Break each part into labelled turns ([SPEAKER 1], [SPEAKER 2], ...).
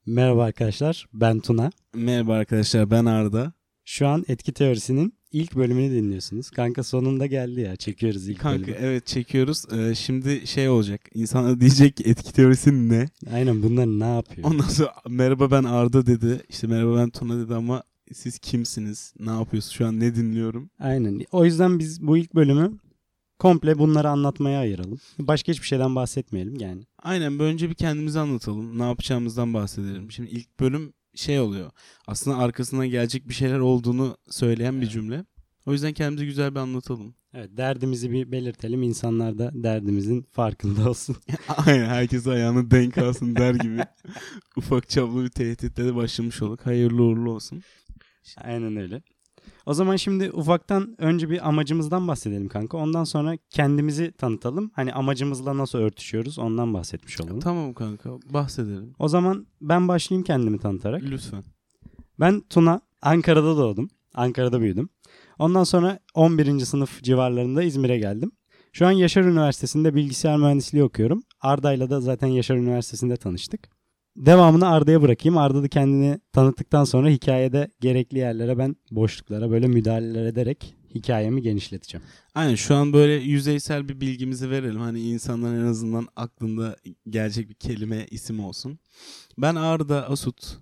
[SPEAKER 1] Merhaba arkadaşlar, ben Tuna.
[SPEAKER 2] Merhaba arkadaşlar, ben Arda.
[SPEAKER 1] Şu an Etki Teorisi'nin ilk bölümünü dinliyorsunuz. Kanka sonunda geldi ya, çekiyoruz ilk
[SPEAKER 2] Kanka
[SPEAKER 1] bölümü.
[SPEAKER 2] evet çekiyoruz. Şimdi şey olacak, insanlar diyecek ki etki teorisi ne?
[SPEAKER 1] Aynen, bunlar ne yapıyor?
[SPEAKER 2] Ondan sonra merhaba ben Arda dedi. İşte merhaba ben Tuna dedi ama siz kimsiniz? Ne yapıyorsunuz? Şu an ne dinliyorum?
[SPEAKER 1] Aynen, o yüzden biz bu ilk bölümü komple bunları anlatmaya ayıralım. Başka hiçbir şeyden bahsetmeyelim yani.
[SPEAKER 2] Aynen, önce bir kendimizi anlatalım. Ne yapacağımızdan bahsedelim. Şimdi ilk bölüm şey oluyor. Aslında arkasından gelecek bir şeyler olduğunu söyleyen bir cümle. O yüzden kendimizi güzel bir anlatalım.
[SPEAKER 1] Evet, derdimizi bir belirtelim. İnsanlar da derdimizin farkında olsun.
[SPEAKER 2] Aynen, herkes ayağını denk alsın der gibi ufak çaplı bir tehditle de başlamış olduk. Hayırlı uğurlu olsun.
[SPEAKER 1] Aynen öyle. O zaman şimdi ufaktan önce bir amacımızdan bahsedelim kanka. Ondan sonra kendimizi tanıtalım. Hani amacımızla nasıl örtüşüyoruz ondan bahsetmiş olalım.
[SPEAKER 2] Tamam kanka, bahsedelim.
[SPEAKER 1] O zaman ben başlayayım kendimi tanıtarak.
[SPEAKER 2] Lütfen.
[SPEAKER 1] Ben Tuna, Ankara'da doğdum. Ankara'da büyüdüm. Ondan sonra 11. sınıf civarlarında İzmir'e geldim. Şu an Yaşar Üniversitesi'nde bilgisayar mühendisliği okuyorum. Arda'yla da zaten Yaşar Üniversitesi'nde tanıştık. Devamını Arda'ya bırakayım. Arda da kendini tanıttıktan sonra hikayede gerekli yerlere ben boşluklara böyle müdahaleler ederek hikayemi genişleteceğim.
[SPEAKER 2] Aynen, şu an böyle yüzeysel bir bilgimizi verelim. Hani insanların en azından aklında gelecek bir kelime, isim olsun. Ben Arda Asut.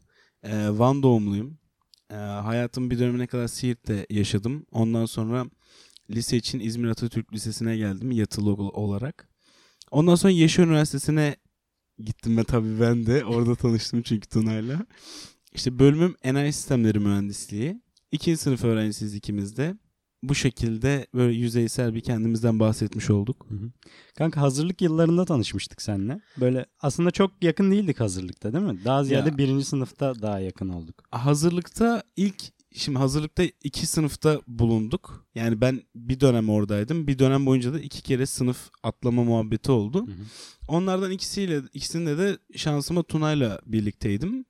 [SPEAKER 2] Van doğumluyum. Hayatımın bir dönemine kadar Siirt'te yaşadım. Ondan sonra lise için İzmir Atatürk Lisesi'ne geldim yatılı olarak. Ondan sonra Yaşar Üniversitesi'ne gittim ve tabii ben de orada tanıştım çünkü Tuna'yla. İşte bölümüm Enayi Sistemleri Mühendisliği. 2. sınıf öğrencisiyiz ikimiz de. Bu şekilde böyle yüzeysel bir kendimizden bahsetmiş olduk.
[SPEAKER 1] Hı hı. Kanka hazırlık yıllarında tanışmıştık seninle. Böyle aslında çok yakın değildik hazırlıkta, değil mi? Daha ziyade
[SPEAKER 2] Ya,
[SPEAKER 1] 1. sınıfta daha yakın olduk.
[SPEAKER 2] hazırlıkta şimdi hazırlıkta 2 sınıfta bulunduk. Yani ben bir dönem oradaydım. Bir dönem boyunca da 2 kere sınıf atlama muhabbeti oldu.
[SPEAKER 1] Hı hı.
[SPEAKER 2] Onlardan ikisinde de şansıma Tuna'yla birlikteydim.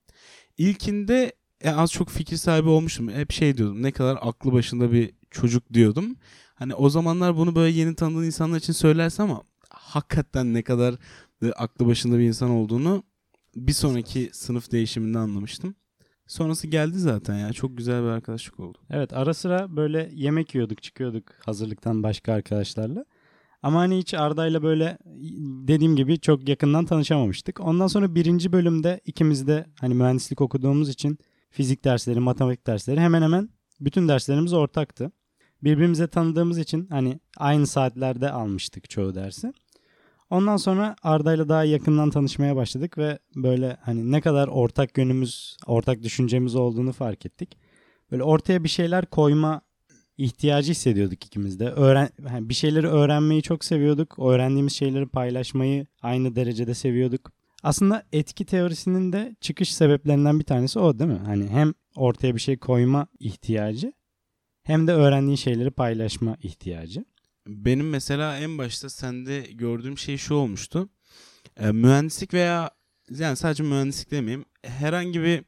[SPEAKER 2] İlkinde az çok fikir sahibi olmuştum. Hep şey diyordum. Ne kadar aklı başında bir çocuk diyordum. Hani o zamanlar bunu böyle yeni tanıdığın insanlar için söylersin ama hakikaten ne kadar aklı başında bir insan olduğunu bir sonraki sınıf değişiminde anlamıştım. Sonrası geldi zaten ya. Çok güzel bir arkadaşlık oldu.
[SPEAKER 1] Evet, ara sıra böyle yemek yiyorduk, çıkıyorduk hazırlıktan başka arkadaşlarla. Ama hani hiç Arda'yla böyle dediğim gibi çok yakından tanışamamıştık. Ondan sonra 1. bölümde ikimiz de hani mühendislik okuduğumuz için fizik dersleri, matematik dersleri hemen hemen bütün derslerimiz ortaktı. Birbirimize tanıdığımız için hani aynı saatlerde almıştık çoğu dersi. Ondan sonra Arda'yla daha yakından tanışmaya başladık ve böyle hani ne kadar ortak yönümüz, ortak düşüncemiz olduğunu fark ettik. Böyle ortaya bir şeyler koyma ihtiyacı hissediyorduk ikimiz de. Bir şeyleri öğrenmeyi çok seviyorduk. Öğrendiğimiz şeyleri paylaşmayı aynı derecede seviyorduk. Aslında etki teorisinin de çıkış sebeplerinden bir tanesi o, değil mi? Hani hem ortaya bir şey koyma ihtiyacı hem de öğrendiğin şeyleri paylaşma ihtiyacı.
[SPEAKER 2] Benim mesela en başta sende gördüğüm şey şu olmuştu. Mühendislik veya yani sadece mühendislik demeyeyim. Herhangi bir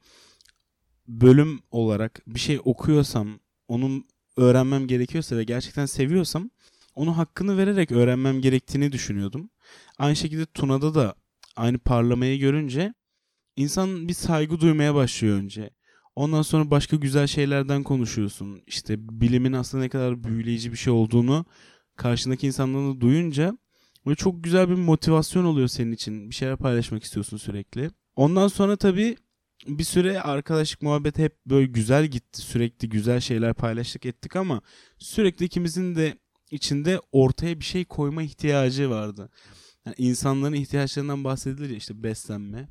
[SPEAKER 2] bölüm olarak bir şey okuyorsam, onun öğrenmem gerekiyorsa ve gerçekten seviyorsam onun hakkını vererek öğrenmem gerektiğini düşünüyordum. Aynı şekilde Tuna'da da aynı parlamayı görünce insan bir saygı duymaya başlıyor önce. Ondan sonra başka güzel şeylerden konuşuyorsun. İşte bilimin aslında ne kadar büyüleyici bir şey olduğunu karşındaki insanların da duyunca böyle çok güzel bir motivasyon oluyor senin için. Bir şeyler paylaşmak istiyorsun sürekli. Ondan sonra tabii bir süre arkadaşlık muhabbeti hep böyle güzel gitti. Sürekli güzel şeyler paylaştık ettik ama sürekli ikimizin de içinde ortaya bir şey koyma ihtiyacı vardı. Yani insanların ihtiyaçlarından bahsedilir ya, işte beslenme,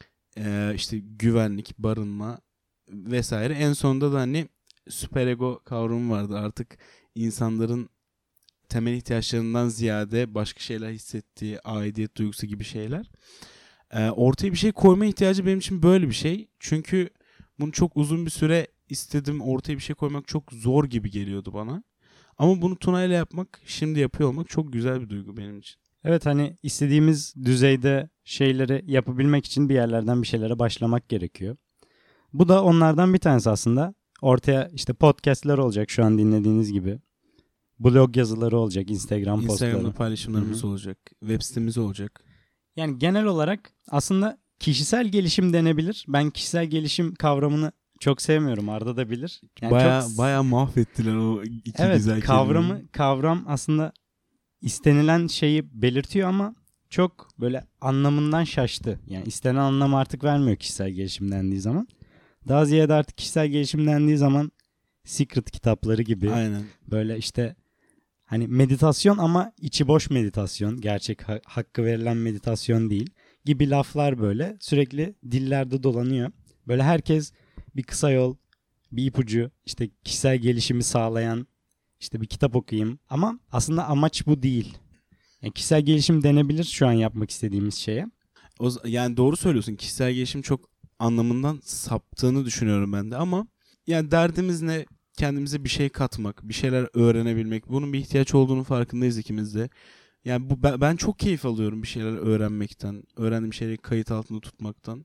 [SPEAKER 2] işte güvenlik, barınma vesaire. En sonunda da hani süperego kavramı vardı. Artık insanların temel ihtiyaçlarından ziyade başka şeyler hissettiği, aidiyet duygusu gibi şeyler. Ortaya bir şey koyma ihtiyacı benim için böyle bir şey. Çünkü bunu çok uzun bir süre istedim. Ortaya bir şey koymak çok zor gibi geliyordu bana. Ama bunu Tuna ile yapmak, şimdi yapıyor olmak çok güzel bir duygu benim için.
[SPEAKER 1] Evet, hani istediğimiz düzeyde şeyleri yapabilmek için bir yerlerden bir şeylere başlamak gerekiyor. Bu da onlardan bir tanesi aslında. Ortaya işte podcastler olacak şu an dinlediğiniz gibi. Blog yazıları olacak, Instagram'da
[SPEAKER 2] Instagram'da
[SPEAKER 1] postları.
[SPEAKER 2] paylaşımlarımız olacak. Web sitemiz olacak.
[SPEAKER 1] Yani genel olarak aslında kişisel gelişim denebilir. Ben kişisel gelişim kavramını çok sevmiyorum. Arda da bilir. Yani
[SPEAKER 2] Baya mahvettiler o iki
[SPEAKER 1] evet,
[SPEAKER 2] güzel kelimeyi.
[SPEAKER 1] kavram aslında istenilen şeyi belirtiyor ama çok böyle anlamından şaştı. Yani istenen anlamı artık vermiyor kişisel gelişim dendiği zaman. Daha ziyade artık kişisel gelişim dendiği zaman secret kitapları gibi.
[SPEAKER 2] Aynen.
[SPEAKER 1] Böyle işte hani meditasyon ama içi boş meditasyon. Gerçek hakkı verilen meditasyon değil gibi laflar böyle sürekli dillerde dolanıyor. Böyle herkes bir kısa yol, bir ipucu, işte kişisel gelişimi sağlayan işte bir kitap okuyayım. Ama aslında amaç bu değil. Yani kişisel gelişim denebilir şu an yapmak istediğimiz şeye.
[SPEAKER 2] Yani doğru söylüyorsun. Kişisel gelişim çok anlamından saptığını düşünüyorum ben de ama yani derdimiz ne? Kendimize bir şey katmak, bir şeyler öğrenebilmek. Bunun bir ihtiyaç olduğunu farkındayız ikimiz de. Yani ben çok keyif alıyorum bir şeyler öğrenmekten, öğrendiğim şeyleri kayıt altında tutmaktan.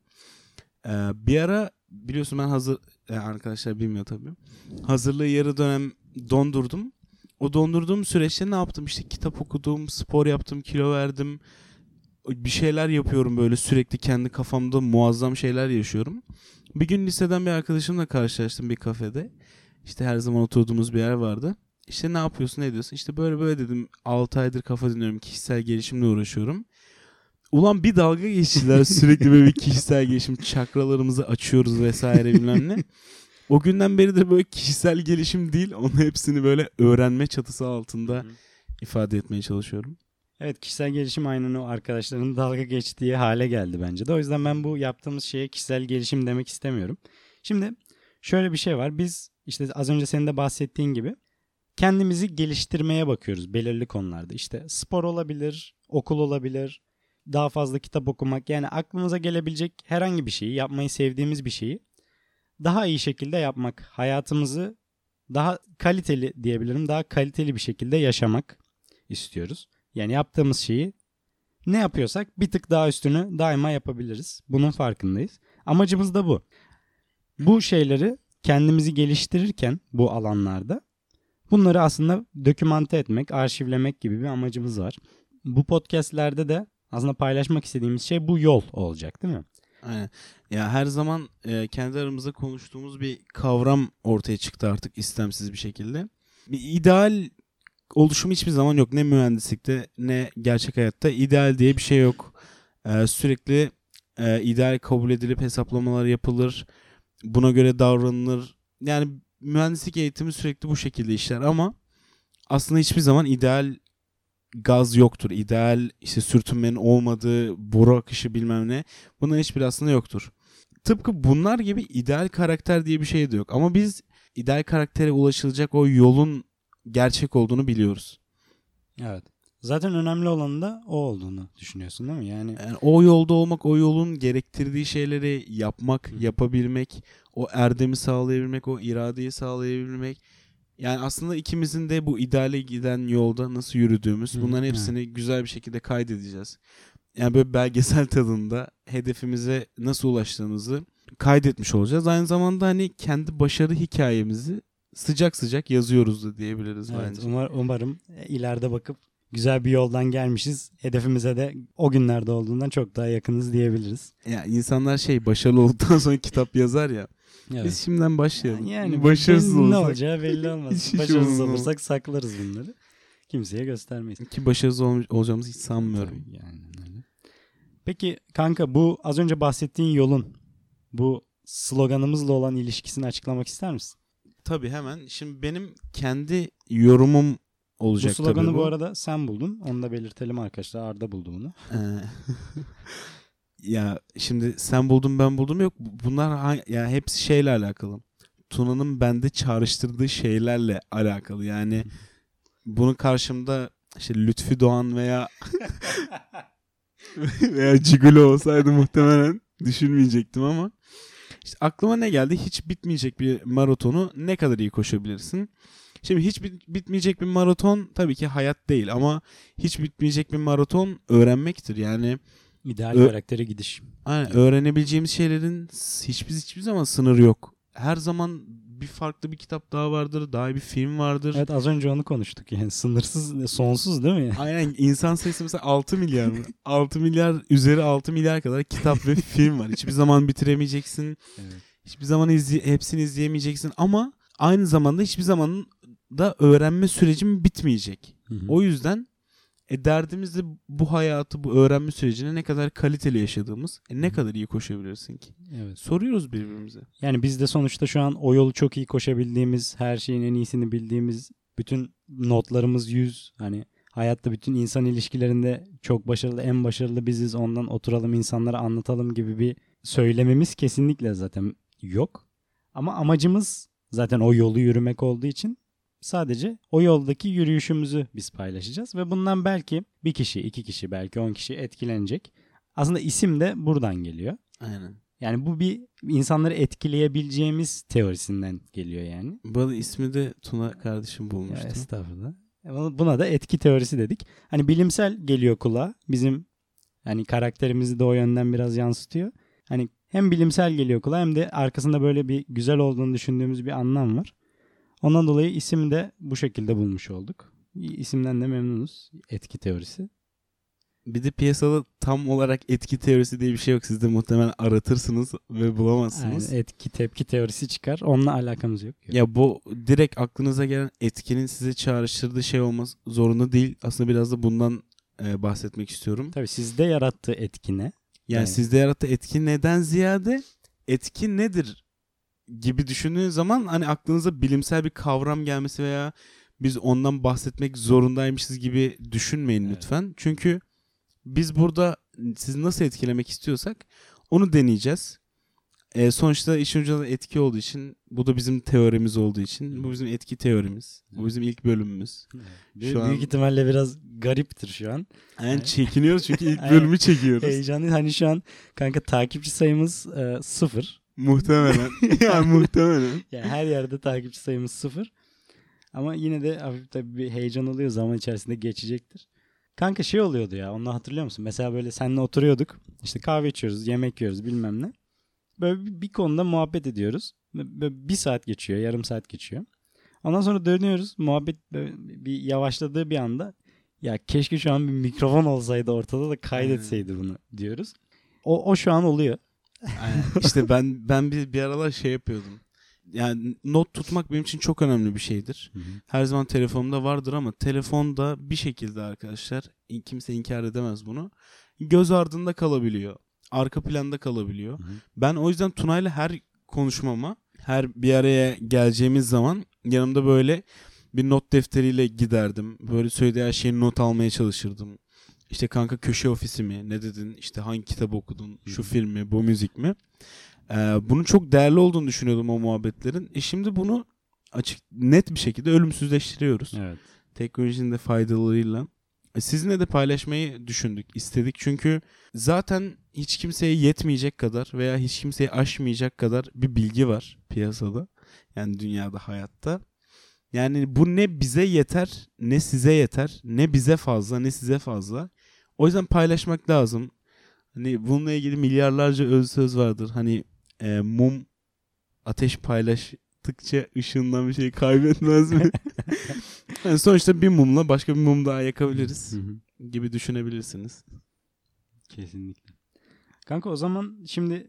[SPEAKER 2] Bir ara biliyorsun ben arkadaşlar bilmiyor tabii. Hazırlığı yarı dönem dondurdum. O dondurduğum süreçte ne yaptım? İşte kitap okudum, spor yaptım, kilo verdim. Bir şeyler yapıyorum böyle sürekli kendi kafamda muazzam şeyler yaşıyorum. Bir gün liseden bir arkadaşımla karşılaştım bir kafede. İşte her zaman oturduğumuz bir yer vardı. İşte ne yapıyorsun, ne ediyorsun? İşte böyle dedim. 6 aydır kafa dinliyorum. Kişisel gelişimle uğraşıyorum. Ulan bir dalga geçtiler. Sürekli böyle bir kişisel gelişim çakralarımızı açıyoruz vesaire bilmem ne. O günden beri de böyle kişisel gelişim değil. Onun hepsini böyle öğrenme çatısı altında ifade etmeye çalışıyorum.
[SPEAKER 1] Evet, kişisel gelişim aynen o arkadaşların dalga geçtiği hale geldi bence de. O yüzden ben bu yaptığımız şeye kişisel gelişim demek istemiyorum. Şimdi şöyle bir şey var. Biz işte az önce senin de bahsettiğin gibi kendimizi geliştirmeye bakıyoruz belirli konularda. İşte spor olabilir, okul olabilir, daha fazla kitap okumak. Yani aklımıza gelebilecek herhangi bir şeyi, yapmayı sevdiğimiz bir şeyi daha iyi şekilde yapmak. Hayatımızı daha kaliteli diyebilirim, daha kaliteli bir şekilde yaşamak istiyoruz. Yani yaptığımız şeyi ne yapıyorsak bir tık daha üstünü daima yapabiliriz. Bunun farkındayız. Amacımız da bu. Bu şeyleri kendimizi geliştirirken bu alanlarda bunları aslında dokümante etmek, arşivlemek gibi bir amacımız var. Bu podcastlerde de aslında paylaşmak istediğimiz şey bu yol olacak, değil mi?
[SPEAKER 2] Aynen. Ya her zaman kendi aramızda konuştuğumuz bir kavram ortaya çıktı artık istemsiz bir şekilde. Bir ideal oluşum hiçbir zaman yok. Ne mühendislikte ne gerçek hayatta ideal diye bir şey yok. Sürekli ideal kabul edilip hesaplamalar yapılır. Buna göre davranılır. Yani mühendislik eğitimi sürekli bu şekilde işler ama aslında hiçbir zaman ideal gaz yoktur. İdeal işte sürtünmenin olmadığı boru akışı bilmem ne. Bunların hiçbir aslında yoktur. Tıpkı bunlar gibi ideal karakter diye bir şey de yok. Ama biz ideal karaktere ulaşılacak o yolun gerçek olduğunu biliyoruz.
[SPEAKER 1] Evet. Zaten önemli olan da o olduğunu düşünüyorsun, değil mi? Yani
[SPEAKER 2] o yolda olmak, o yolun gerektirdiği şeyleri yapmak, yapabilmek, o erdemi sağlayabilmek, o iradeyi sağlayabilmek. Yani aslında ikimizin de bu ideale giden yolda nasıl yürüdüğümüz, bunların hepsini güzel bir şekilde kaydedeceğiz. Yani böyle belgesel tadında hedefimize nasıl ulaştığımızı kaydetmiş olacağız. Aynı zamanda hani kendi başarı hikayemizi sıcak sıcak yazıyoruz da diyebiliriz
[SPEAKER 1] evet,
[SPEAKER 2] bence.
[SPEAKER 1] Umarım ileride bakıp güzel bir yoldan gelmişiz. Hedefimize de o günlerde olduğundan çok daha yakınız diyebiliriz.
[SPEAKER 2] Ya insanlar başarılı olduktan sonra kitap yazar ya.
[SPEAKER 1] Evet.
[SPEAKER 2] Biz şimdiden başlayalım.
[SPEAKER 1] Yani
[SPEAKER 2] başarısız olursak.
[SPEAKER 1] Ne olacağı belli olmaz. Başarısız olursak saklarız bunları. Kimseye göstermeyiz.
[SPEAKER 2] Ki başarısız olacağımızı hiç sanmıyorum.
[SPEAKER 1] Yani öyle. Peki kanka, bu az önce bahsettiğin yolun bu sloganımızla olan ilişkisini açıklamak ister misin?
[SPEAKER 2] Tabii hemen. Şimdi benim kendi yorumum olacak tabii bu.
[SPEAKER 1] Sloganı bu arada sen buldun. Onu da belirtelim arkadaşlar. Arda buldu bunu.
[SPEAKER 2] Ya şimdi sen buldun ben buldum yok. Bunlar ya hepsi şeyle alakalı. Tuna'nın bende çağrıştırdığı şeylerle alakalı. Yani bunun karşımda işte Lütfi Doğan veya Cigolo olsaydı muhtemelen düşünmeyecektim ama işte aklıma ne geldi? Hiç bitmeyecek bir maratonu ne kadar iyi koşabilirsin? Şimdi hiç bitmeyecek bir maraton tabii ki hayat değil ama hiç bitmeyecek bir maraton öğrenmektir. Yani
[SPEAKER 1] ideal karaktere gidiş.
[SPEAKER 2] Aynen, öğrenebileceğimiz şeylerin hiçbir zaman sınırı yok. Her zaman bir farklı bir kitap daha vardır. Daha iyi bir film vardır.
[SPEAKER 1] Evet, az önce onu konuştuk. Yani sınırsız, sonsuz değil mi?
[SPEAKER 2] Aynen, insan sayısı mesela 6 milyar mı? 6 milyar üzeri 6 milyar kadar kitap ve film var. Hiçbir zaman bitiremeyeceksin.
[SPEAKER 1] Evet.
[SPEAKER 2] Hiçbir zaman hepsini izleyemeyeceksin ama aynı zamanda hiçbir zaman da öğrenme sürecim bitmeyecek.
[SPEAKER 1] Hı hı.
[SPEAKER 2] O yüzden derdimiz de bu hayatı, bu öğrenme sürecini ne kadar kaliteli yaşadığımız, ne kadar iyi koşabilirsin ki?
[SPEAKER 1] Evet.
[SPEAKER 2] Soruyoruz birbirimize.
[SPEAKER 1] Yani biz de sonuçta şu an o yolu çok iyi koşabildiğimiz, her şeyin en iyisini bildiğimiz, bütün notlarımız 100. Hani hayatta bütün insan ilişkilerinde çok başarılı, en başarılı biziz. Ondan oturalım insanlara anlatalım gibi bir söylememiz kesinlikle zaten yok. Ama amacımız zaten o yolu yürümek olduğu için sadece o yoldaki yürüyüşümüzü biz paylaşacağız. Ve bundan belki bir kişi, 2 kişi, belki 10 kişi etkilenecek. Aslında isim de buradan geliyor.
[SPEAKER 2] Aynen.
[SPEAKER 1] Yani bu bir insanları etkileyebileceğimiz teorisinden geliyor yani.
[SPEAKER 2] Bana ismi de Tuna kardeşim bulmuştu.
[SPEAKER 1] Ya estağfurullah. Buna da etki teorisi dedik. Hani bilimsel geliyor kulağa. Bizim hani karakterimizi de o yönden biraz yansıtıyor. Hani hem bilimsel geliyor kulağa hem de arkasında böyle bir güzel olduğunu düşündüğümüz bir anlam var. Ondan dolayı ismi de bu şekilde bulmuş olduk. İsimden de memnunuz. Etki teorisi.
[SPEAKER 2] Bir de piyasada tam olarak etki teorisi diye bir şey yok. Siz de muhtemelen aratırsınız ve bulamazsınız.
[SPEAKER 1] Yani etki tepki teorisi çıkar. Onunla alakamız yok.
[SPEAKER 2] Ya bu direkt aklınıza gelen etkinin size çağrıştırdığı şey olması zorunda değil. Aslında biraz da bundan bahsetmek istiyorum.
[SPEAKER 1] Tabii sizde yarattığı etki ne?
[SPEAKER 2] Yani sizde yarattığı etki neden ziyade etki nedir gibi düşündüğünüz zaman hani aklınıza bilimsel bir kavram gelmesi veya biz ondan bahsetmek zorundaymışız gibi düşünmeyin lütfen. Çünkü biz burada sizi nasıl etkilemek istiyorsak onu deneyeceğiz. Sonuçta işin ucunda etki olduğu için, bu da bizim teorimiz olduğu için, bu bizim etki teorimiz. Bu bizim ilk bölümümüz.
[SPEAKER 1] Büyük ihtimalle biraz gariptir şu an.
[SPEAKER 2] Yani çekiniyoruz çünkü ilk bölümü çekiyoruz.
[SPEAKER 1] Heyecanlı. Hani şu an kanka takipçi sayımız 0.
[SPEAKER 2] Muhtemelen. Yani muhtemelen.
[SPEAKER 1] Yani her yerde takipçi sayımız 0. Ama yine de hafif tabii bir heyecan oluyor, zaman içerisinde geçecektir. Kanka şey oluyordu ya, onu hatırlıyor musun? Mesela böyle seninle oturuyorduk. İşte kahve içiyoruz, yemek yiyoruz bilmem ne. Böyle bir konuda muhabbet ediyoruz. Böyle 1 saat geçiyor, yarım saat geçiyor. Ondan sonra dönüyoruz. Muhabbet böyle bir yavaşladığı bir anda ya keşke şu an bir mikrofon olsaydı ortada da kaydetseydi bunu diyoruz. O şu an oluyor.
[SPEAKER 2] Aynen. İşte ben bir aralar şey yapıyordum. Yani not tutmak benim için çok önemli bir şeydir.
[SPEAKER 1] Hı hı.
[SPEAKER 2] Her zaman telefonumda vardır ama telefonda bir şekilde arkadaşlar, kimse inkar edemez bunu, göz ardında kalabiliyor. Arka planda kalabiliyor.
[SPEAKER 1] Hı hı.
[SPEAKER 2] Ben o yüzden Tuna'yla her konuşmama, her bir araya geleceğimiz zaman yanımda böyle bir not defteriyle giderdim. Böyle söylediği her şeyi not almaya çalışırdım. İşte kanka köşe ofisi mi? Ne dedin? İşte hangi kitap okudun? Şu film mi? Bu müzik mi? Bunun çok değerli olduğunu düşünüyordum o muhabbetlerin. Şimdi bunu açık, net bir şekilde ölümsüzleştiriyoruz.
[SPEAKER 1] Evet.
[SPEAKER 2] Teknolojinin de faydalarıyla. Sizinle de paylaşmayı düşündük, istedik. Çünkü zaten hiç kimseye yetmeyecek kadar veya hiç kimseye aşmayacak kadar bir bilgi var piyasada. Yani dünyada, hayatta. Yani bu ne bize yeter, ne size yeter, ne bize fazla, ne size fazla. O yüzden paylaşmak lazım. Hani bununla ilgili milyarlarca öz söz vardır. Hani mum ateş paylaştıkça ışığından bir şey kaybetmez mi? Yani sonuçta bir mumla başka bir mum daha yakabiliriz gibi düşünebilirsiniz.
[SPEAKER 1] Kesinlikle. Kanka o zaman şimdi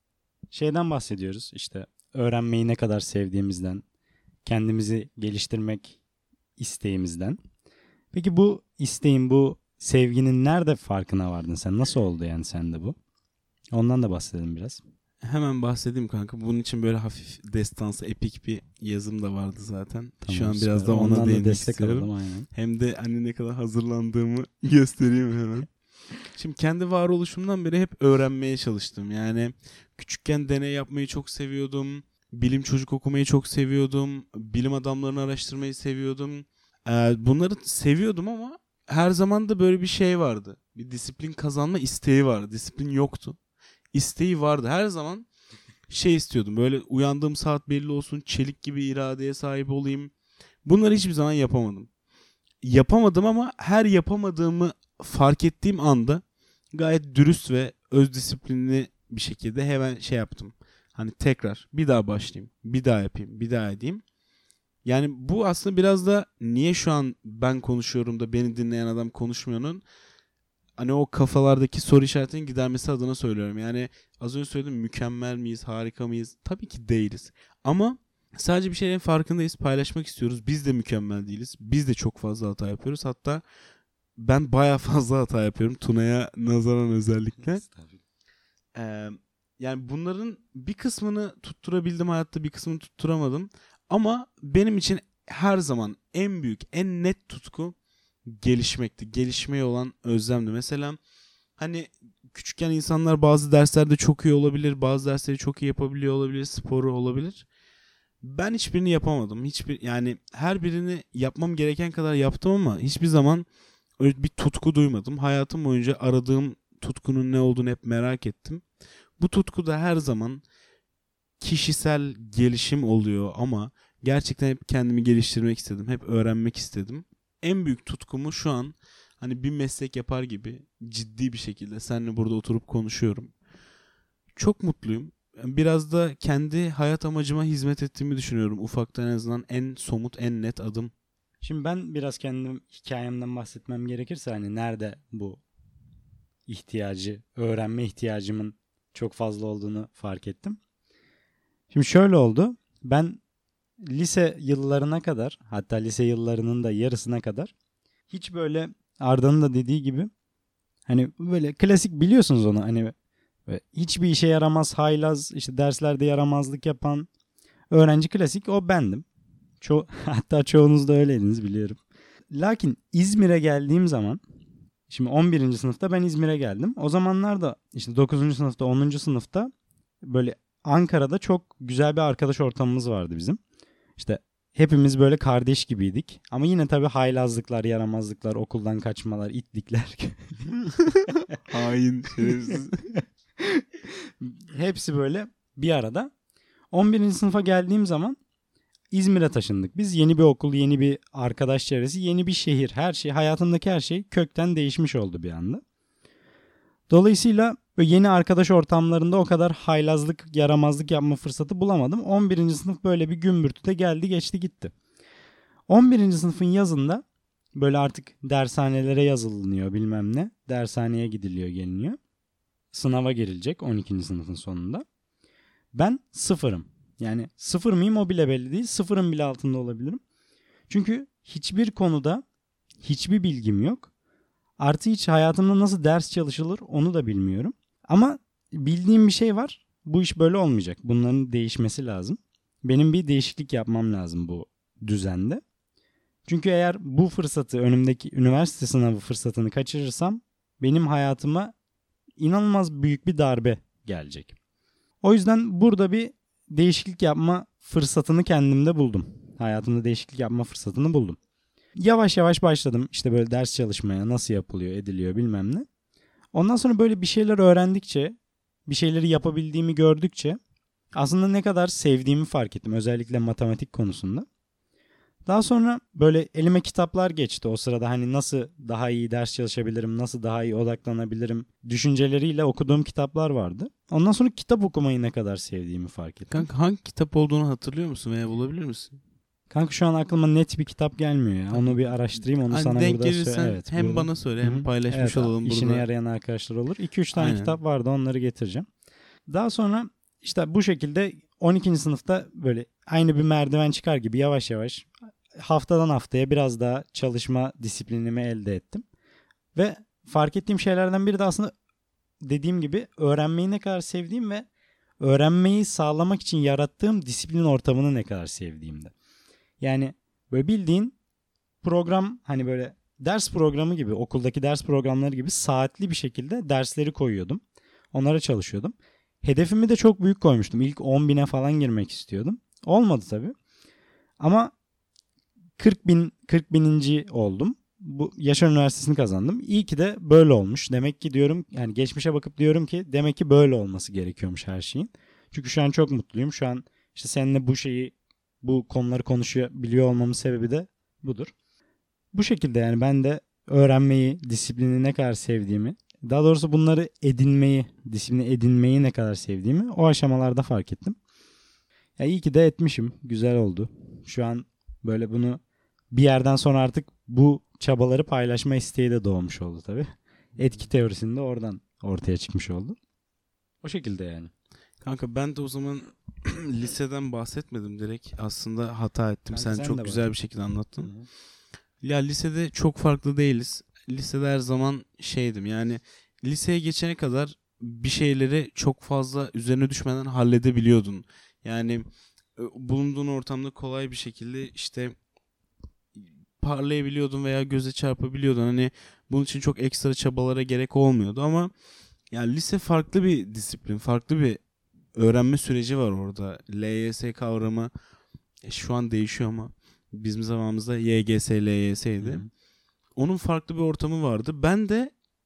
[SPEAKER 1] şeyden bahsediyoruz. İşte öğrenmeyi ne kadar sevdiğimizden, kendimizi geliştirmek isteğimizden. Peki bu isteğin, bu sevginin nerede farkına vardın sen? Nasıl oldu yani sende bu? Ondan da bahsedelim biraz.
[SPEAKER 2] Hemen bahsedeyim kanka. Bunun için böyle hafif destansı, epik bir yazım da vardı zaten.
[SPEAKER 1] Tamam,
[SPEAKER 2] şu an
[SPEAKER 1] süper.
[SPEAKER 2] biraz da ona
[SPEAKER 1] ondan da
[SPEAKER 2] değinmek
[SPEAKER 1] destek
[SPEAKER 2] istiyorum.
[SPEAKER 1] alalım aynen.
[SPEAKER 2] Hem de hani ne kadar hazırlandığımı göstereyim hemen. Şimdi kendi varoluşumdan beri hep öğrenmeye çalıştım. Yani küçükken deney yapmayı çok seviyordum. Bilim çocuk okumayı çok seviyordum. Bilim adamlarını araştırmayı seviyordum. Bunları seviyordum ama her zaman da böyle bir şey vardı. Bir disiplin kazanma isteği vardı. Disiplin yoktu. İsteği vardı. Her zaman şey istiyordum. Böyle uyandığım saat belli olsun. Çelik gibi iradeye sahip olayım. Bunları hiçbir zaman yapamadım. Yapamadım ama her yapamadığımı fark ettiğim anda gayet dürüst ve öz disiplinli bir şekilde hemen şey yaptım. Hani tekrar bir daha başlayayım, bir daha yapayım, bir daha edeyim. Yani bu aslında biraz da niye şu an ben konuşuyorum da beni dinleyen adam konuşmuyor'nun hani o kafalardaki soru işaretini gidermesi adına söylüyorum. Yani az önce söyledim, mükemmel miyiz, harika mıyız? Tabii ki değiliz. Ama sadece bir şeylerin farkındayız, paylaşmak istiyoruz. Biz de mükemmel değiliz. Biz de çok fazla hata yapıyoruz. Hatta ben bayağı fazla hata yapıyorum. Tuna'ya nazaran özellikle. Yani bunların bir kısmını tutturabildim hayatta, bir kısmını tutturamadım. Ama benim için her zaman en büyük, en net tutku gelişmekti. Gelişmeye olan özlemdi. Mesela hani küçükken insanlar bazı derslerde çok iyi olabilir, bazı dersleri çok iyi yapabiliyor olabilir, sporu olabilir. Ben hiçbirini yapamadım. Yani her birini yapmam gereken kadar yaptım ama hiçbir zaman öyle bir tutku duymadım. Hayatım boyunca aradığım tutkunun ne olduğunu hep merak ettim. Bu tutku da her zaman kişisel gelişim oluyor ama gerçekten hep kendimi geliştirmek istedim. Hep öğrenmek istedim. En büyük tutkumu şu an hani bir meslek yapar gibi ciddi bir şekilde seninle burada oturup konuşuyorum. Çok mutluyum. Biraz da kendi hayat amacıma hizmet ettiğimi düşünüyorum. Ufaktan en azından en somut, en net adım.
[SPEAKER 1] Şimdi ben biraz kendim hikayemden bahsetmem gerekirse hani nerede bu öğrenme ihtiyacımın çok fazla olduğunu fark ettim. Şimdi şöyle oldu. Ben lise yıllarına kadar, hatta lise yıllarının da yarısına kadar hiç böyle Arda'nın da dediği gibi hani böyle klasik, biliyorsunuz onu, hani hiçbir işe yaramaz, haylaz, işte derslerde yaramazlık yapan öğrenci, klasik o bendim. Hatta çoğunuz da öyleydiniz, biliyorum. Lakin İzmir'e geldiğim zaman, şimdi 11. sınıfta ben İzmir'e geldim. O zamanlar da işte 9. sınıfta, 10. sınıfta böyle Ankara'da çok güzel bir arkadaş ortamımız vardı bizim. İşte hepimiz böyle kardeş gibiydik. Ama yine tabii haylazlıklar, yaramazlıklar, okuldan kaçmalar, itlikler.
[SPEAKER 2] Hain, şerefsiz.
[SPEAKER 1] Hepsi böyle bir arada. 11. sınıfa geldiğim zaman İzmir'e taşındık. Biz yeni bir okul, yeni bir arkadaş çevresi, yeni bir şehir. Her şey, hayatımdaki her şey kökten değişmiş oldu bir anda. Dolayısıyla yeni arkadaş ortamlarında o kadar haylazlık, yaramazlık yapma fırsatı bulamadım. 11. sınıf böyle bir gümbürtüde geldi, geçti, gitti. 11. sınıfın yazında böyle artık dershanelere yazılınıyor, bilmem ne. Dershaneye gidiliyor, geliniyor. Sınava girilecek 12. sınıfın sonunda. Ben sıfırım. Yani sıfır mıyım o bile belli değil. Sıfırın bile altında olabilirim. Çünkü hiçbir konuda hiçbir bilgim yok. Artı hiç hayatımda nasıl ders çalışılır onu da bilmiyorum. Ama bildiğim bir şey var. Bu iş böyle olmayacak. Bunların değişmesi lazım. Benim bir değişiklik yapmam lazım bu düzende. Çünkü eğer bu fırsatı, önümdeki üniversite sınavı fırsatını kaçırırsam benim hayatıma inanılmaz büyük bir darbe gelecek. O yüzden burada bir değişiklik yapma fırsatını kendimde buldum. Hayatımda değişiklik yapma fırsatını buldum. Yavaş yavaş başladım işte böyle ders çalışmaya, nasıl yapılıyor, ediliyor, bilmem ne. Ondan sonra böyle bir şeyler öğrendikçe, bir şeyleri yapabildiğimi gördükçe aslında ne kadar sevdiğimi fark ettim. Özellikle matematik konusunda. Daha sonra böyle elime kitaplar geçti. O sırada hani nasıl daha iyi ders çalışabilirim, nasıl daha iyi odaklanabilirim düşünceleriyle okuduğum kitaplar vardı. Ondan sonra kitap okumayı ne kadar sevdiğimi fark ettim.
[SPEAKER 2] Kanka hangi kitap olduğunu hatırlıyor musun veya bulabilir misin?
[SPEAKER 1] Kanka şu an aklıma net bir kitap gelmiyor ya. Onu bir araştırayım, onu
[SPEAKER 2] hani
[SPEAKER 1] sana
[SPEAKER 2] denk
[SPEAKER 1] burada
[SPEAKER 2] gelirsen
[SPEAKER 1] evet,
[SPEAKER 2] hem
[SPEAKER 1] burada.
[SPEAKER 2] bana söyle hem paylaşmış olalım burada.
[SPEAKER 1] İşine yarayan arkadaşlar olur. 2-3 tane kitap vardı, onları getireceğim. Daha sonra işte bu şekilde 12. sınıfta böyle aynı bir merdiven çıkar gibi yavaş yavaş haftadan haftaya biraz daha çalışma disiplinimi elde ettim. Ve fark ettiğim şeylerden biri de aslında dediğim gibi öğrenmeyi ne kadar sevdiğim ve öğrenmeyi sağlamak için yarattığım disiplin ortamını ne kadar sevdiğimdi. Yani böyle bildiğin program, hani böyle ders programı gibi, okuldaki ders programları gibi saatli bir şekilde dersleri koyuyordum. Onlara çalışıyordum. Hedefimi de çok büyük koymuştum. İlk 10.000'e falan girmek istiyordum. Olmadı tabii. Ama 40 bininci oldum. Bu Yaşar Üniversitesi'ni kazandım. İyi ki de böyle olmuş. Demek ki diyorum, yani geçmişe bakıp diyorum ki demek ki böyle olması gerekiyormuş her şeyin. Çünkü şu an çok mutluyum. Şu an işte seninle bu konuları konuşabiliyor olmamın sebebi de budur. Bu şekilde yani ben de öğrenmeyi, disiplini ne kadar sevdiğimi, Daha doğrusu bunları edinmeyi, disipline edinmeyi ne kadar sevdiğimi o aşamalarda fark ettim. Ya iyi ki de etmişim. Güzel oldu. Şu an böyle bunu bir yerden sonra artık bu çabaları paylaşma isteği de doğmuş oldu tabii. Etki teorisinde oradan ortaya çıkmış oldu. O şekilde yani.
[SPEAKER 2] Kanka ben de o zaman liseden bahsetmedim direkt. Aslında hata ettim.
[SPEAKER 1] Kanka
[SPEAKER 2] Sen
[SPEAKER 1] sen
[SPEAKER 2] çok
[SPEAKER 1] de
[SPEAKER 2] güzel bir şekilde anlattın. Ya lisede çok farklı değiliz. Lisede her zaman şeydim yani liseye geçene kadar bir şeyleri çok fazla üzerine düşmeden halledebiliyordun. Yani bulunduğun ortamda kolay bir şekilde işte parlayabiliyordun veya göze çarpabiliyordun. Hani bunun için çok ekstra çabalara gerek olmuyordu ama yani lise farklı bir disiplin, farklı bir öğrenme süreci var orada. LYS kavramı şu an değişiyor ama bizim zamanımızda YGS, LYS'ydi. Onun farklı bir ortamı vardı. Ben de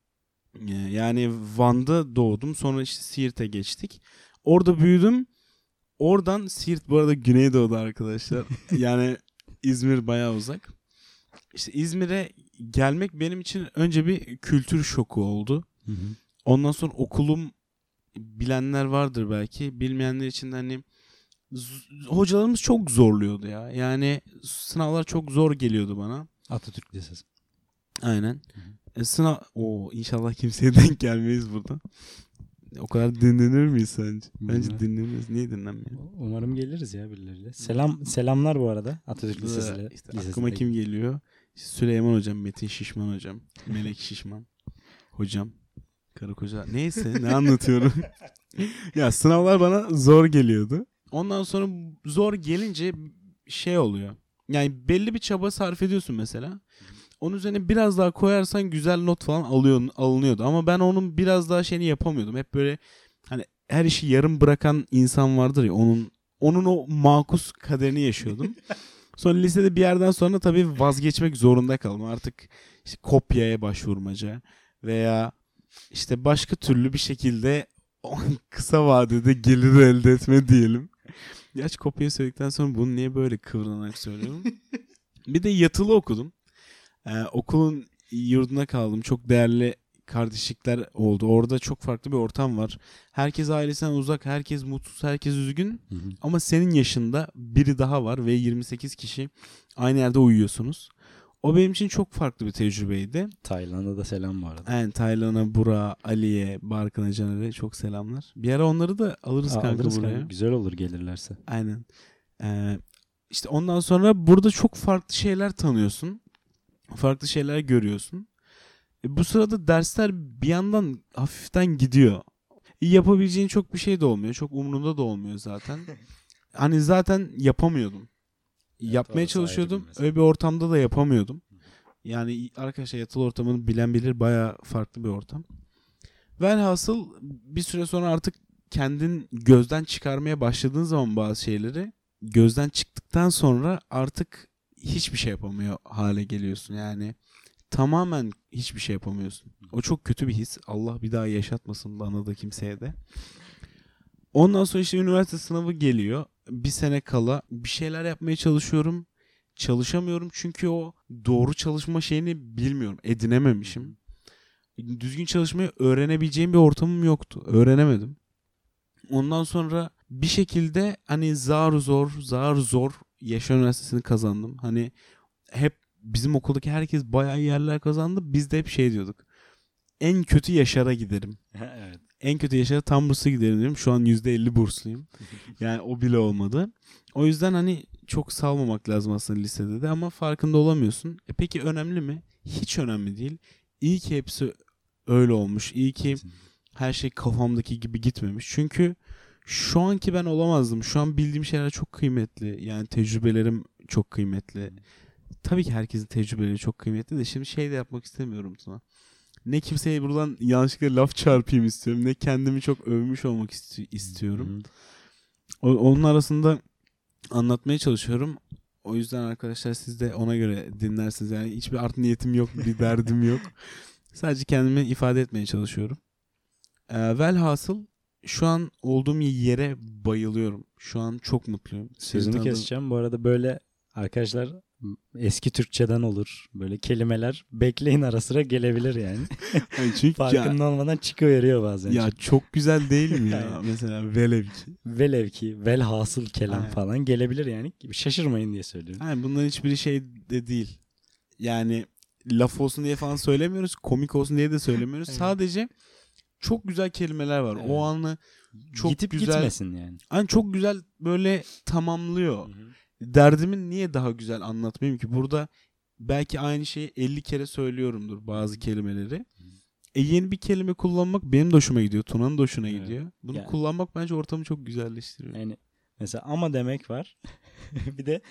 [SPEAKER 2] yani Van'da doğdum. Sonra işte Siirt'e geçtik. Orada büyüdüm. Oradan Siirt bu arada Güneydoğu'da arkadaşlar. Yani İzmir bayağı uzak. İşte İzmir'e gelmek benim için önce bir kültür şoku oldu. Ondan sonra okulum bilenler vardır belki. Bilmeyenler için de hani hocalarımız çok zorluyordu ya. Yani sınavlar çok zor geliyordu bana.
[SPEAKER 1] Atatürk Lisesi.
[SPEAKER 2] Aynen. Sınav... inşallah kimseye denk gelmeyiz burada. O kadar dinlenir miyiz sence? Bence dinleniriz. Niye dinlenmiyor?
[SPEAKER 1] Umarım geliriz ya birileriyle. Selamlar bu arada Atatürk Lisesi'yle.
[SPEAKER 2] İşte aklıma kim geliyor? İşte Süleyman Hocam, Metin Şişman Hocam, Melek Şişman Hocam, karı koca. Neyse ne anlatıyorum. Ya sınavlar bana zor geliyordu. Ondan sonra zor gelince şey oluyor. Yani belli bir çaba sarf ediyorsun mesela. Onun üzerine biraz daha koyarsan güzel not falan alınıyordu. Ama ben onun biraz daha şeyini yapamıyordum. Hep böyle hani her işi yarım bırakan insan vardır ya onun o makus kaderini yaşıyordum. Sonra lisede bir yerden sonra tabii vazgeçmek zorunda kaldım. Artık işte kopyaya başvurmaca veya işte başka türlü bir şekilde kısa vadede gelir elde etme diyelim. Gerçi kopya söyledikten sonra bunu niye böyle kıvranarak söylüyorum? Bir de yatılı okudum. Okulun yurduna kaldım. Çok değerli kardeşlikler oldu. Orada çok farklı bir ortam var. Herkes ailesinden uzak, herkes mutsuz, herkes üzgün. Ama senin yaşında biri daha var ve 28 kişi aynı yerde uyuyorsunuz. O benim için çok farklı bir tecrübeydi.
[SPEAKER 1] Tayland'a da selam bu arada.
[SPEAKER 2] Yani Taylan'a, Burak'a, Ali'ye, Barkın'a, Caner'e çok selamlar. Bir ara onları da alırız kanka buraya. Kanka.
[SPEAKER 1] Güzel olur gelirlerse.
[SPEAKER 2] Aynen. İşte ondan sonra burada çok farklı şeyler tanıyorsun. Farklı şeyler görüyorsun. Bu sırada dersler bir yandan hafiften gidiyor. Yapabileceğin çok bir şey de olmuyor. Çok umurumda da olmuyor zaten. Hani zaten yapamıyordum. Evet, yapmaya çalışıyordum. Öyle bir ortamda da yapamıyordum. Yani arkadaşlar yatılı ortamını bilen bilir, bayağı farklı bir ortam. Velhasıl bir süre sonra artık kendin gözden çıkarmaya başladığın zaman bazı şeyleri, gözden çıktıktan sonra artık hiçbir şey yapamıyor hale geliyorsun. Yani tamamen hiçbir şey yapamıyorsun. O çok kötü bir his. Allah bir daha yaşatmasın bana da kimseye de. Ondan sonra işte üniversite sınavı geliyor. Bir sene kala bir şeyler yapmaya çalışıyorum. Çalışamıyorum çünkü o doğru çalışma şeyini bilmiyorum. Edinememişim. Düzgün çalışmayı öğrenebileceğim bir ortamım yoktu. Öğrenemedim. Ondan sonra bir şekilde hani zar zor Yaşar Üniversitesi'ni kazandım. Hani hep bizim okuldaki herkes bayağı yerler kazandı. Biz de hep şey diyorduk. En kötü Yaşar'a giderim.
[SPEAKER 1] Evet.
[SPEAKER 2] En kötü Yaşar'a tam burslu giderim diyorum. Şu an %50 bursluyum. Yani o bile olmadı. O yüzden hani çok salmamak lazım aslında lisede de ama farkında olamıyorsun. Peki önemli mi? Hiç önemli değil. İyi ki hepsi öyle olmuş. İyi ki her şey kafamdaki gibi gitmemiş. Çünkü şu anki ben olamazdım. Şu an bildiğim şeyler çok kıymetli. Yani tecrübelerim çok kıymetli. Tabii ki herkesin tecrübeleri çok kıymetli de şimdi şey de yapmak istemiyorum Tuna. Ne kimseye buradan yanlışlıkla laf çarpayım istiyorum. Ne kendimi çok övmüş olmak istiyorum. Onun arasında anlatmaya çalışıyorum. O yüzden arkadaşlar siz de ona göre dinlersiniz. Yani hiçbir art niyetim yok, bir derdim yok. Sadece kendimi ifade etmeye çalışıyorum. Velhasıl şu an olduğum yere bayılıyorum. Şu an çok mutluyum.
[SPEAKER 1] Sözünü keseceğim. Bu arada böyle arkadaşlar Eski Türkçeden olur. Böyle kelimeler bekleyin ara sıra gelebilir yani.
[SPEAKER 2] Yani çünkü
[SPEAKER 1] Farkında olmadan çıkıveriyor bazen.
[SPEAKER 2] ya çok güzel değil mi ya?
[SPEAKER 1] Aynen.
[SPEAKER 2] Mesela velev ki.
[SPEAKER 1] Velev ki, velhasıl kelam
[SPEAKER 2] Aynen.
[SPEAKER 1] falan gelebilir yani. Şaşırmayın diye söylüyorum.
[SPEAKER 2] Yani bunların hiçbiri şey de değil. Yani laf olsun diye falan söylemiyoruz. Komik olsun diye de söylemiyoruz.
[SPEAKER 1] Evet.
[SPEAKER 2] Sadece çok güzel kelimeler var.
[SPEAKER 1] Evet.
[SPEAKER 2] O anı çok
[SPEAKER 1] Gitip
[SPEAKER 2] güzel.
[SPEAKER 1] gitmesin yani.
[SPEAKER 2] Hani çok güzel böyle tamamlıyor.
[SPEAKER 1] Hı-hı.
[SPEAKER 2] Derdimi niye daha güzel anlatmayayım ki? Burada belki aynı şeyi 50 kere söylüyorumdur bazı kelimeleri. Yeni bir kelime kullanmak benim de hoşuma gidiyor. Tuna'nın da hoşuna
[SPEAKER 1] Evet.
[SPEAKER 2] gidiyor. Bunu
[SPEAKER 1] Yani.
[SPEAKER 2] kullanmak bence ortamı çok güzelleştiriyor.
[SPEAKER 1] Yani mesela ama demek var. Bir de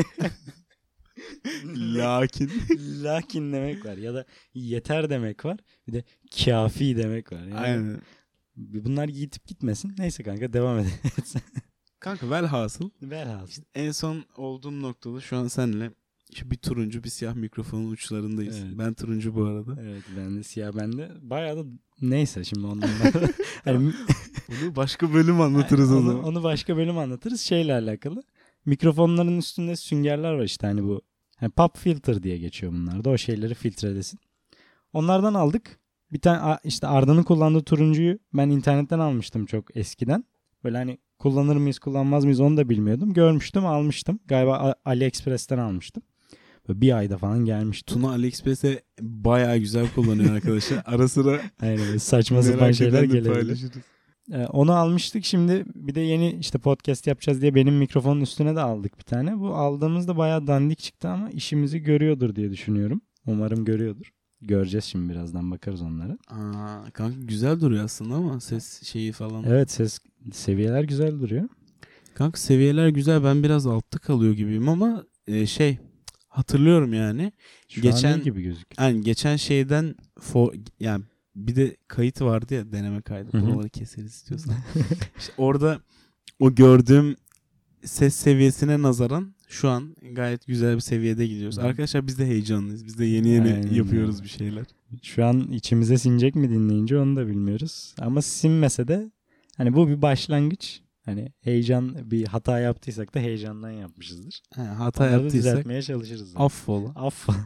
[SPEAKER 1] lakin demek var. Ya da yeter demek var. Bir de kafi demek var. Yani
[SPEAKER 2] Aynen.
[SPEAKER 1] bunlar gitip gitmesin. Neyse kanka devam edelim.
[SPEAKER 2] Kanka velhasıl
[SPEAKER 1] Velhasıl.
[SPEAKER 2] en son olduğum noktada şu an seninle bir turuncu bir siyah mikrofonun uçlarındayız.
[SPEAKER 1] Evet.
[SPEAKER 2] Ben turuncu bu arada.
[SPEAKER 1] Evet ben de siyah ben de. Bayağı da neyse şimdi ondan da. Hani,
[SPEAKER 2] Bunu başka bölüm anlatırız o zaman.
[SPEAKER 1] onu başka bölüm anlatırız. Şeyle alakalı. Mikrofonların üstünde süngerler var işte hani bu. Hani pop filter diye geçiyor bunlar da. O şeyleri filtrelesin. Onlardan aldık. Bir tane işte Arda'nın kullandığı turuncuyu ben internetten almıştım çok eskiden. Böyle hani kullanır mıyız kullanmaz mıyız onu da bilmiyordum. Görmüştüm almıştım. Galiba AliExpress'ten almıştım. Böyle bir ayda falan gelmişti.
[SPEAKER 2] Tuna AliExpress'e bayağı güzel kullanıyor arkadaşlar. Ara sıra
[SPEAKER 1] Aynen saçma sapan şeyler gelebilir.
[SPEAKER 2] paylaşırız.
[SPEAKER 1] Onu almıştık. Şimdi bir de yeni işte podcast yapacağız diye benim mikrofonun üstüne de aldık bir tane. Bu aldığımızda bayağı dandik çıktı ama işimizi görüyordur diye düşünüyorum. Umarım görüyordur. Göreceğiz şimdi birazdan bakarız onlara.
[SPEAKER 2] Kanka güzel duruyor aslında ama ses şeyi falan.
[SPEAKER 1] Evet ses seviyeler güzel duruyor.
[SPEAKER 2] Kanka seviyeler güzel. Ben biraz altta kalıyor gibiyim ama hatırlıyorum yani.
[SPEAKER 1] Şu an iyi gibi gözüküyor.
[SPEAKER 2] Yani geçen şeyden yani bir de kayıt vardı ya deneme kaydı.
[SPEAKER 1] Hı hı.
[SPEAKER 2] Buraları keseriz istiyorsan. İşte orada o gördüğüm ses seviyesine nazaran şu an gayet güzel bir seviyede gidiyoruz.
[SPEAKER 1] Hı.
[SPEAKER 2] Arkadaşlar biz de heyecanlıyız. Biz de yeni
[SPEAKER 1] Aynen
[SPEAKER 2] yapıyoruz
[SPEAKER 1] öyle.
[SPEAKER 2] bir şeyler.
[SPEAKER 1] Şu an içimize sinecek mi dinleyince onu da bilmiyoruz. Ama sinmese de hani bu bir başlangıç. Hani heyecan bir hata yaptıysak da heyecandan yapmışızdır.
[SPEAKER 2] Hata
[SPEAKER 1] Onları da
[SPEAKER 2] yaptıysak
[SPEAKER 1] düzeltmeye çalışırız. Yani.
[SPEAKER 2] affola.
[SPEAKER 1] Affola.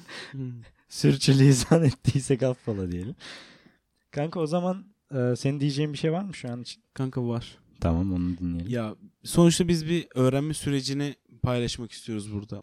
[SPEAKER 1] Sürçülisan ettiysek affola diyelim. Kanka o zaman senin diyeceğin bir şey var mı şu an için?
[SPEAKER 2] Kanka var.
[SPEAKER 1] Tamam onu dinleyelim.
[SPEAKER 2] Ya sonuçta biz bir öğrenme sürecini paylaşmak istiyoruz burada.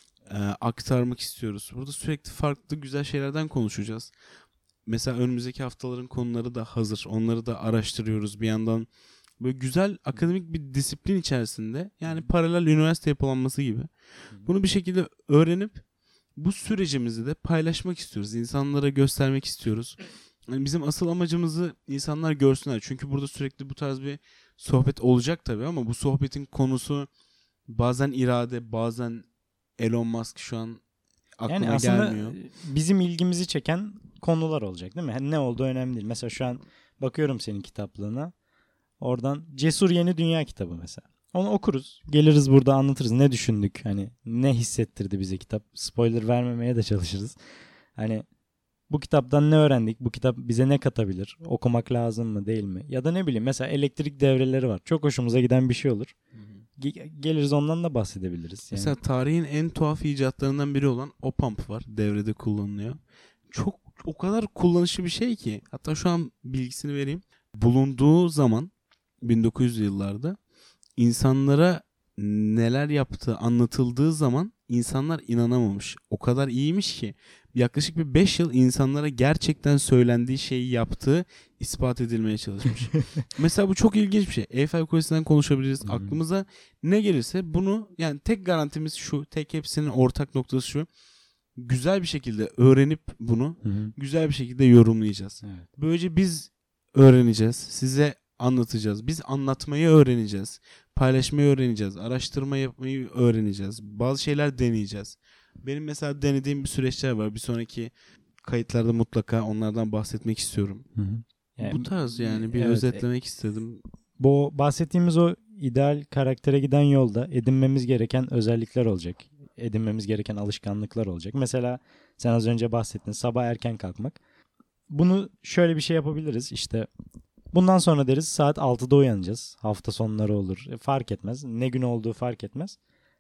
[SPEAKER 2] Aktarmak istiyoruz. Burada sürekli farklı güzel şeylerden konuşacağız. Mesela önümüzdeki haftaların konuları da hazır. Onları da araştırıyoruz. Bir yandan böyle güzel akademik bir disiplin içerisinde yani paralel üniversite yapılanması gibi. Bunu bir şekilde öğrenip bu sürecimizi de paylaşmak istiyoruz. İnsanlara göstermek istiyoruz. Yani bizim asıl amacımızı insanlar görsünler. Çünkü burada sürekli bu tarz bir sohbet olacak tabii ama bu sohbetin konusu bazen irade, bazen Elon Musk şu an aklıma
[SPEAKER 1] yani aslında
[SPEAKER 2] gelmiyor.
[SPEAKER 1] bizim ilgimizi çeken konular olacak değil mi? Yani ne olduğu önemli değil. Mesela şu an bakıyorum senin kitaplığına. Oradan Cesur Yeni Dünya kitabı mesela. Onu okuruz. Geliriz burada anlatırız. Ne düşündük? Hani ne hissettirdi bize kitap? Spoiler vermemeye de çalışırız. Hani bu kitaptan ne öğrendik? Bu kitap bize ne katabilir? Okumak lazım mı değil mi? Ya da ne bileyim mesela elektrik devreleri var. Çok hoşumuza giden bir şey olur. Geliriz ondan da bahsedebiliriz. Yani.
[SPEAKER 2] Mesela tarihin en tuhaf icatlarından biri olan o pump var. Devrede kullanılıyor. Çok o kadar kullanışlı bir şey ki. Hatta şu an bilgisini vereyim. Bulunduğu zaman 1900'lü yıllarda insanlara neler yaptığı anlatıldığı zaman insanlar inanamamış. O kadar iyiymiş ki yaklaşık bir 5 yıl insanlara gerçekten söylendiği şeyi yaptığı ispat edilmeye çalışmış. Mesela bu çok ilginç bir şey. Eyfel Kulesi'nden konuşabiliriz. Aklımıza ne gelirse bunu yani tek garantimiz şu, tek hepsinin ortak noktası şu. Güzel bir şekilde öğrenip bunu güzel bir şekilde yorumlayacağız.
[SPEAKER 1] Evet.
[SPEAKER 2] Böylece biz öğreneceğiz. Size anlatacağız. Biz anlatmayı öğreneceğiz. Paylaşmayı öğreneceğiz. Araştırma yapmayı öğreneceğiz. Bazı şeyler deneyeceğiz. Benim mesela denediğim bir süreçler var. Bir sonraki kayıtlarda mutlaka onlardan bahsetmek istiyorum.
[SPEAKER 1] Yani,
[SPEAKER 2] bu tarz yani bir
[SPEAKER 1] evet,
[SPEAKER 2] özetlemek istedim.
[SPEAKER 1] Bu bahsettiğimiz o ideal karaktere giden yolda edinmemiz gereken özellikler olacak. Edinmemiz gereken alışkanlıklar olacak. Mesela sen az önce bahsettin sabah erken kalkmak. Bunu şöyle bir şey yapabiliriz. İşte bundan sonra deriz saat 6'da uyanacağız. Hafta sonları olur. Fark etmez. Ne gün olduğu fark etmez.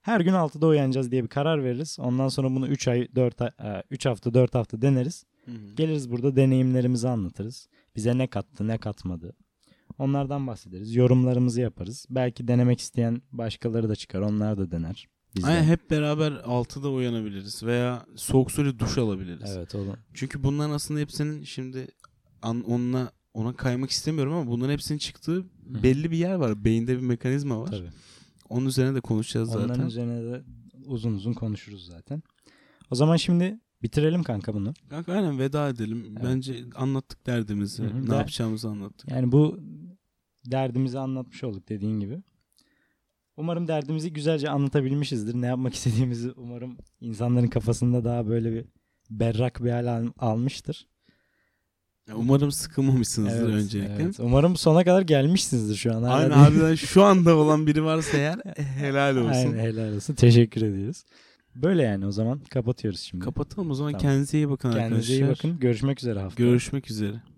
[SPEAKER 1] Her gün 6'da uyanacağız diye bir karar veririz. Ondan sonra bunu 3 hafta 4 hafta deneriz. Geliriz burada deneyimlerimizi anlatırız. Bize ne kattı ne katmadı. Onlardan bahsederiz. Yorumlarımızı yaparız. Belki denemek isteyen başkaları da çıkar. Onlar da dener.
[SPEAKER 2] Aynen, hep beraber 6'da uyanabiliriz veya soğuk suyla duş alabiliriz.
[SPEAKER 1] Evet, olur.
[SPEAKER 2] Çünkü bunların aslında hepsinin şimdi ona kaymak istemiyorum ama bunların hepsinin çıktığı belli bir yer var. Beyinde bir mekanizma var.
[SPEAKER 1] Tabii.
[SPEAKER 2] Onun üzerine de konuşacağız zaten.
[SPEAKER 1] Onların üzerine de uzun uzun konuşuruz zaten. O zaman şimdi bitirelim kanka bunu.
[SPEAKER 2] Kanka aynen, veda edelim.
[SPEAKER 1] Evet.
[SPEAKER 2] Bence anlattık derdimizi. Ne yapacağımızı anlattık.
[SPEAKER 1] Yani bu derdimizi anlatmış olduk dediğin gibi. Umarım derdimizi güzelce anlatabilmişizdir. Ne yapmak istediğimizi umarım insanların kafasında daha böyle bir berrak bir hal almıştır.
[SPEAKER 2] Umarım sıkılmamışsınızdır öncelikle.
[SPEAKER 1] Evet. Umarım sona kadar gelmişsinizdir şu an.
[SPEAKER 2] Aynen, harbiden şu anda olan biri varsa eğer helal olsun.
[SPEAKER 1] Aynen, helal olsun. Teşekkür ediyoruz. Böyle yani, o zaman kapatıyoruz şimdi.
[SPEAKER 2] Kapatalım o zaman.
[SPEAKER 1] Tamam.
[SPEAKER 2] Kendinize iyi bakın arkadaşlar.
[SPEAKER 1] Kendinize iyi bakın. Görüşmek üzere haftaya.
[SPEAKER 2] Görüşmek üzere.